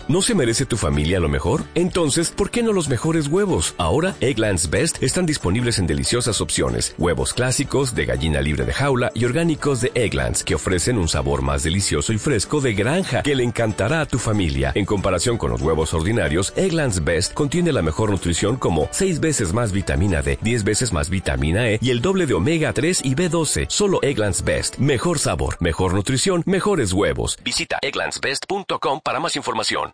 ¿No se merece tu familia lo mejor? Entonces, ¿por qué no los mejores huevos? Ahora, Eggland's Best están disponibles en deliciosas opciones. Huevos clásicos, de gallina libre de jaula y orgánicos de Eggland's, que ofrecen un sabor más delicioso y fresco de granja que le encantará a tu familia. En comparación con los huevos ordinarios, Eggland's Best contiene la mejor nutrición como 6 veces más vitamina D, 10 veces más vitamina E y el doble de omega 3 y B12. Solo Eggland's Best. Mejor sabor, mejor nutrición, mejores huevos. Visita egglandsbest.com para más información.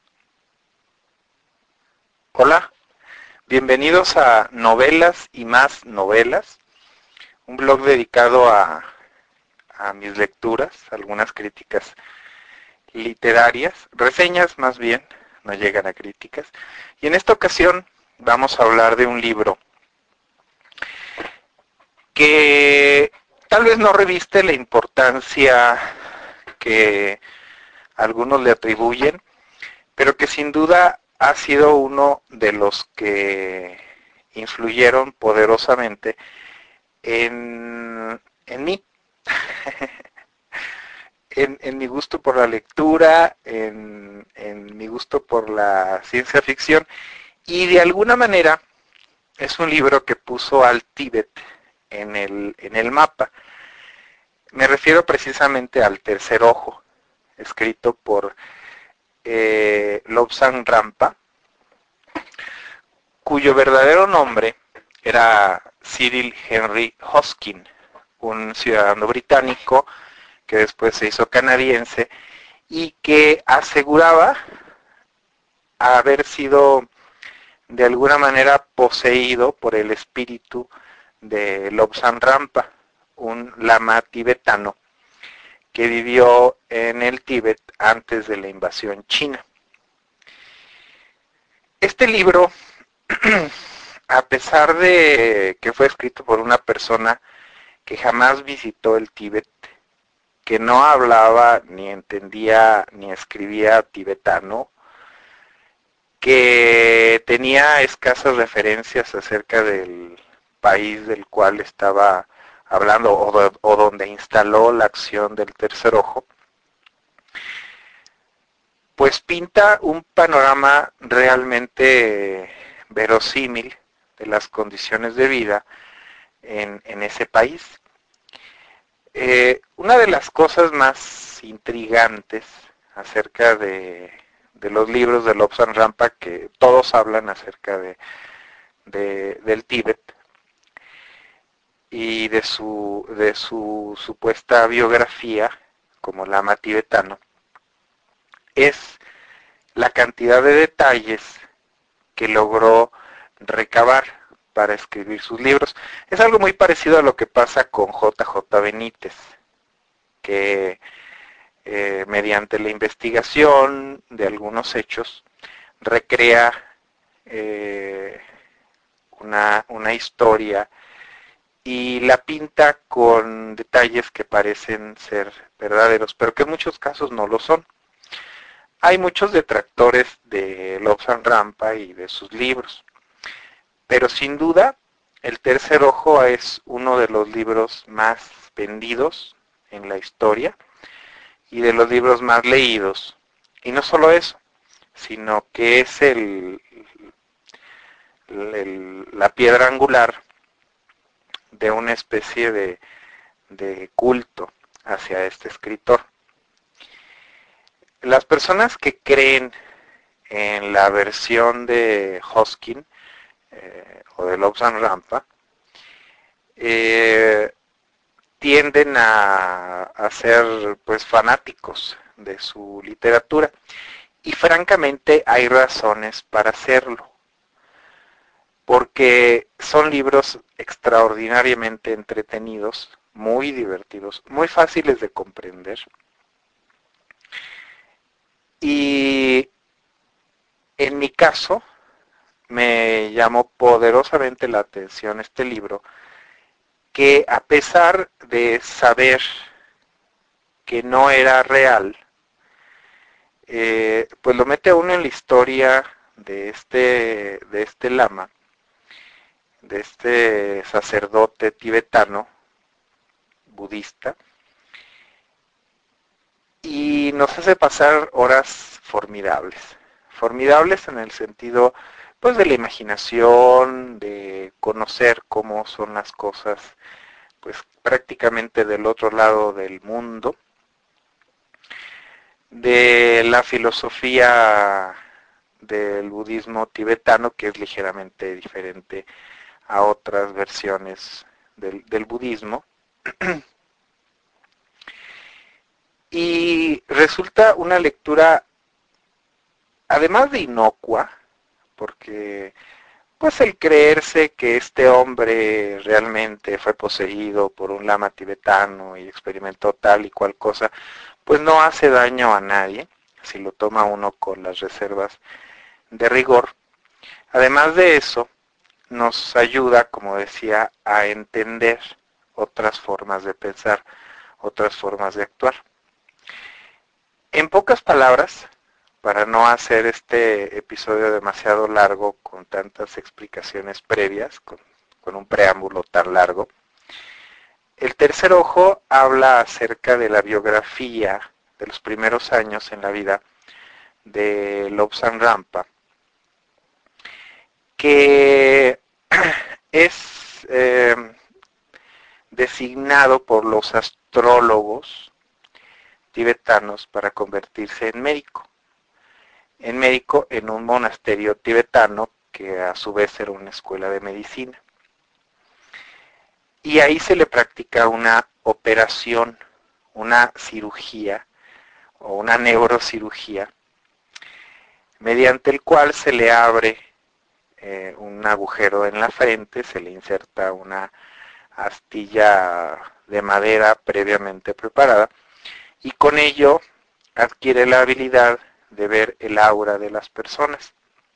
Hola, bienvenidos a Novelas y Más Novelas, un blog dedicado a mis lecturas, algunas críticas literarias, reseñas más bien, no llegan a críticas. Y en esta ocasión vamos a hablar de un libro que tal vez no reviste la importancia que algunos le atribuyen, pero que sin duda ha sido uno de los que influyeron poderosamente en mí, en mi gusto por la lectura, en mi gusto por la ciencia ficción, y de alguna manera es un libro que puso al Tíbet en el mapa. Me refiero precisamente al Tercer Ojo, escrito por Lobsang Rampa, cuyo verdadero nombre era Cyril Henry Hoskin, un ciudadano británico que después se hizo canadiense y que aseguraba haber sido de alguna manera poseído por el espíritu de Lobsang Rampa, un lama tibetano que vivió en el Tíbet antes de la invasión china. Este libro, a pesar de que fue escrito por una persona que jamás visitó el Tíbet, que no hablaba, ni entendía, ni escribía tibetano, que tenía escasas referencias acerca del país del cual estaba hablando o donde instaló la acción del Tercer Ojo, pues pinta un panorama realmente verosímil de las condiciones de vida en ese país. Una de las cosas más intrigantes acerca de los libros de Lobsang Rampa, que todos hablan acerca del Tíbet y de su supuesta biografía como lama tibetano, es la cantidad de detalles que logró recabar para escribir sus libros. Es algo muy parecido a lo que pasa con J.J. Benítez, que mediante la investigación de algunos hechos recrea una historia y la pinta con detalles que parecen ser verdaderos, pero que en muchos casos no lo son. Hay muchos detractores de Lobsang Rampa y de sus libros, pero sin duda El Tercer Ojo es uno de los libros más vendidos en la historia y de los libros más leídos. Y no solo eso, sino que es la piedra angular de una especie de culto hacia este escritor. Las personas que creen en la versión de Hoskin o de Lobsang Rampa tienden a ser pues fanáticos de su literatura, y francamente hay razones para hacerlo, porque son libros extraordinariamente entretenidos, muy divertidos, muy fáciles de comprender, y en mi caso me llamó poderosamente la atención este libro, que a pesar de saber que no era real, pues lo mete a uno en la historia de este lama, de este sacerdote tibetano, budista, y nos hace pasar horas formidables. Formidables en el sentido pues de la imaginación, de conocer cómo son las cosas pues prácticamente del otro lado del mundo, de la filosofía del budismo tibetano, que es ligeramente diferente a otras versiones del budismo. Y resulta una lectura, además de inocua, porque pues el creerse que este hombre realmente fue poseído por un lama tibetano y experimentó tal y cual cosa, pues no hace daño a nadie, si lo toma uno con las reservas de rigor. Además de eso, nos ayuda, como decía, a entender otras formas de pensar, otras formas de actuar. En pocas palabras, para no hacer este episodio demasiado largo con tantas explicaciones previas, con un preámbulo tan largo, el tercer ojo habla acerca de la biografía de los primeros años en la vida de Lobsang Rampa, que es designado por los astrólogos tibetanos para convertirse en médico en un monasterio tibetano que a su vez era una escuela de medicina. Y ahí se le practica una operación, una cirugía o una neurocirugía, mediante el cual se le abre un agujero en la frente, se le inserta una astilla de madera previamente preparada y con ello adquiere la habilidad de ver el aura de las personas.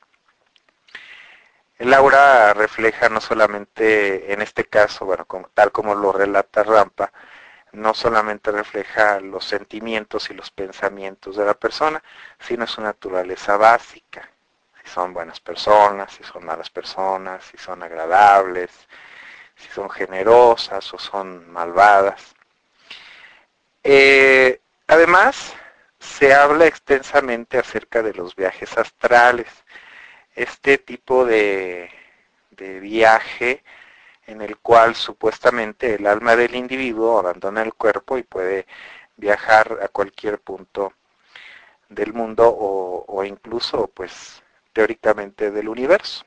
El aura refleja no solamente, en este caso, bueno, tal como lo relata Rampa, no solamente refleja los sentimientos y los pensamientos de la persona, sino su naturaleza básica. Si son buenas personas, si son malas personas, si son agradables, si son generosas o son malvadas. Además, se habla extensamente acerca de los viajes astrales. Este tipo de viaje en el cual supuestamente el alma del individuo abandona el cuerpo y puede viajar a cualquier punto del mundo o incluso pues teóricamente del universo.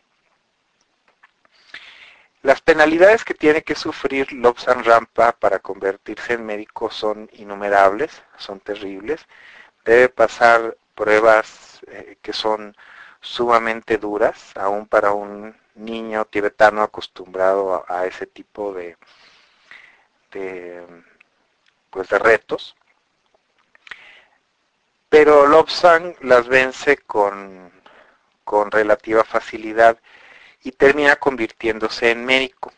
Las penalidades que tiene que sufrir Lobsang Rampa para convertirse en médico son innumerables, son terribles. Debe pasar pruebas que son sumamente duras, aún para un niño tibetano acostumbrado a ese tipo de retos. Pero Lobsang las vence con relativa facilidad y termina convirtiéndose en médico.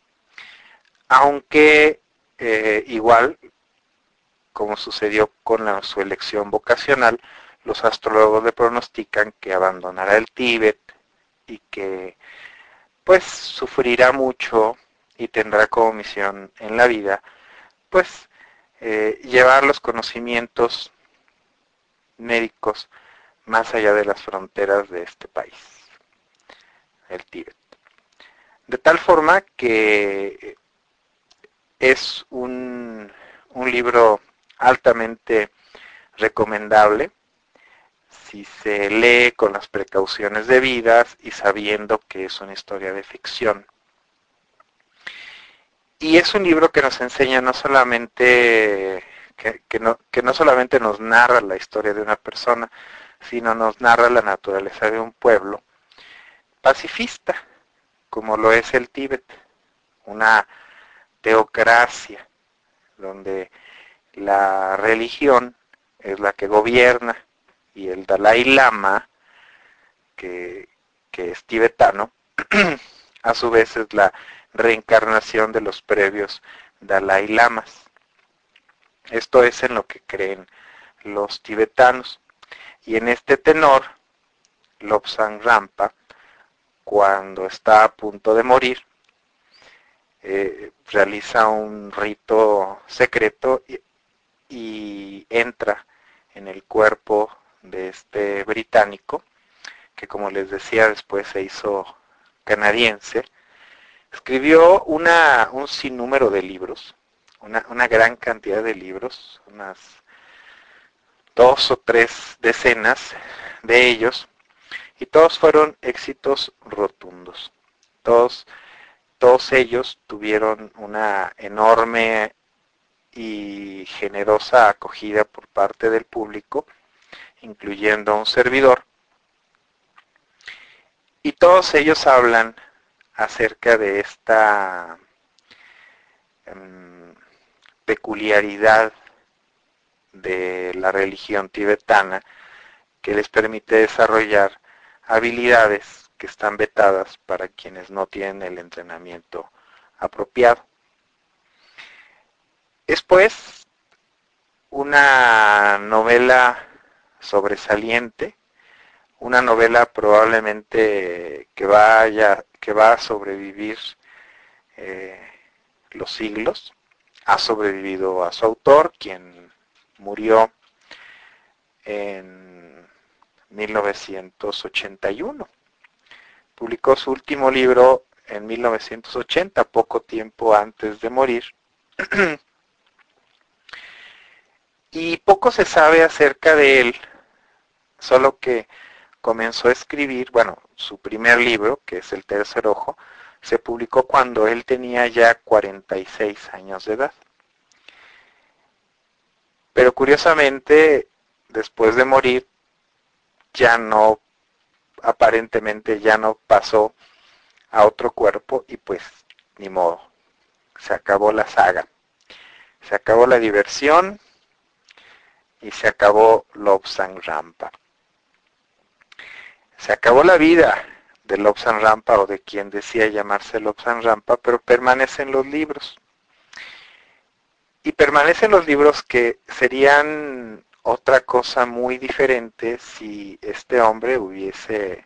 Aunque igual, como sucedió con su elección vocacional, los astrólogos le pronostican que abandonará el Tíbet y que pues sufrirá mucho y tendrá como misión en la vida pues llevar los conocimientos médicos más allá de las fronteras de este país, el Tíbet. De tal forma que es un libro altamente recomendable si se lee con las precauciones debidas y sabiendo que es una historia de ficción. Y es un libro que nos enseña no solamente, que no solamente nos narra la historia de una persona, sino nos narra la naturaleza de un pueblo pacifista, como lo es el Tíbet, una teocracia, donde la religión es la que gobierna y el Dalai Lama, que es tibetano, a su vez es la reencarnación de los previos Dalai Lamas. Esto es en lo que creen los tibetanos. Y en este tenor, Lobsang Rampa, cuando está a punto de morir, realiza un rito secreto y entra en el cuerpo de este británico, que como les decía después se hizo canadiense. Escribió un sinnúmero de libros, una gran cantidad de libros, unas 2 o 3 decenas de ellos, y todos fueron éxitos rotundos. Todos ellos tuvieron una enorme y generosa acogida por parte del público, incluyendo a un servidor, y todos ellos hablan acerca de esta peculiaridad de la religión tibetana que les permite desarrollar habilidades que están vetadas para quienes no tienen el entrenamiento apropiado. Es pues una novela sobresaliente, una novela probablemente que va a sobrevivir los siglos. Ha sobrevivido a su autor, quien murió en 1981. Publicó su último libro en 1980, poco tiempo antes de morir. Y poco se sabe acerca de él, solo que comenzó a escribir, su primer libro, que es El Tercer Ojo, se publicó cuando él tenía ya 46 años de edad. Pero curiosamente, después de morir, aparentemente ya no pasó a otro cuerpo y pues ni modo, se acabó la saga, se acabó la diversión y se acabó Lobsang Rampa. Se acabó la vida de Lobsang Rampa o de quien decía llamarse Lobsang Rampa, pero permanecen los libros. Y permanecen los libros que serían otra cosa muy diferente si este hombre hubiese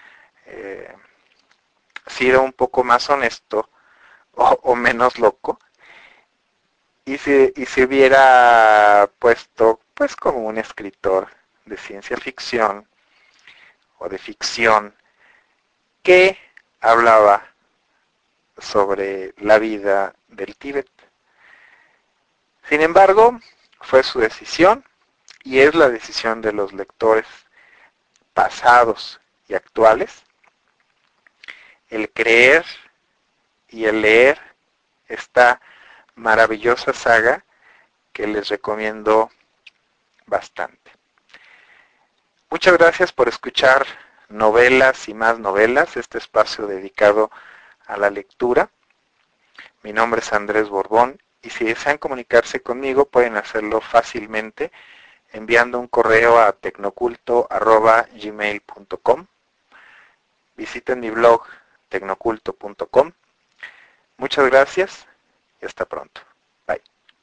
sido un poco más honesto o menos loco y se hubiera puesto pues como un escritor de ciencia ficción o de ficción que hablaba sobre la vida del Tíbet. Sin embargo, fue su decisión y es la decisión de los lectores pasados y actuales el creer y el leer esta maravillosa saga que les recomiendo bastante. Muchas gracias por escuchar Novelas y Más Novelas, este espacio dedicado a la lectura. Mi nombre es Andrés Borbón y si desean comunicarse conmigo pueden hacerlo fácilmente enviando un correo a tecnoculto@gmail.com. Visiten mi blog tecnoculto.com. Muchas gracias y hasta pronto. Bye.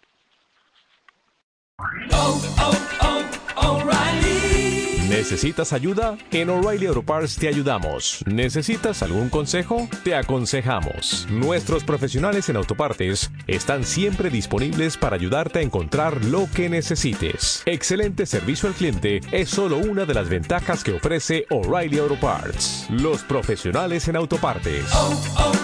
¿Necesitas ayuda? En O'Reilly Auto Parts te ayudamos. ¿Necesitas algún consejo? Te aconsejamos. Nuestros profesionales en autopartes están siempre disponibles para ayudarte a encontrar lo que necesites. Excelente servicio al cliente es solo una de las ventajas que ofrece O'Reilly Auto Parts. Los profesionales en autopartes.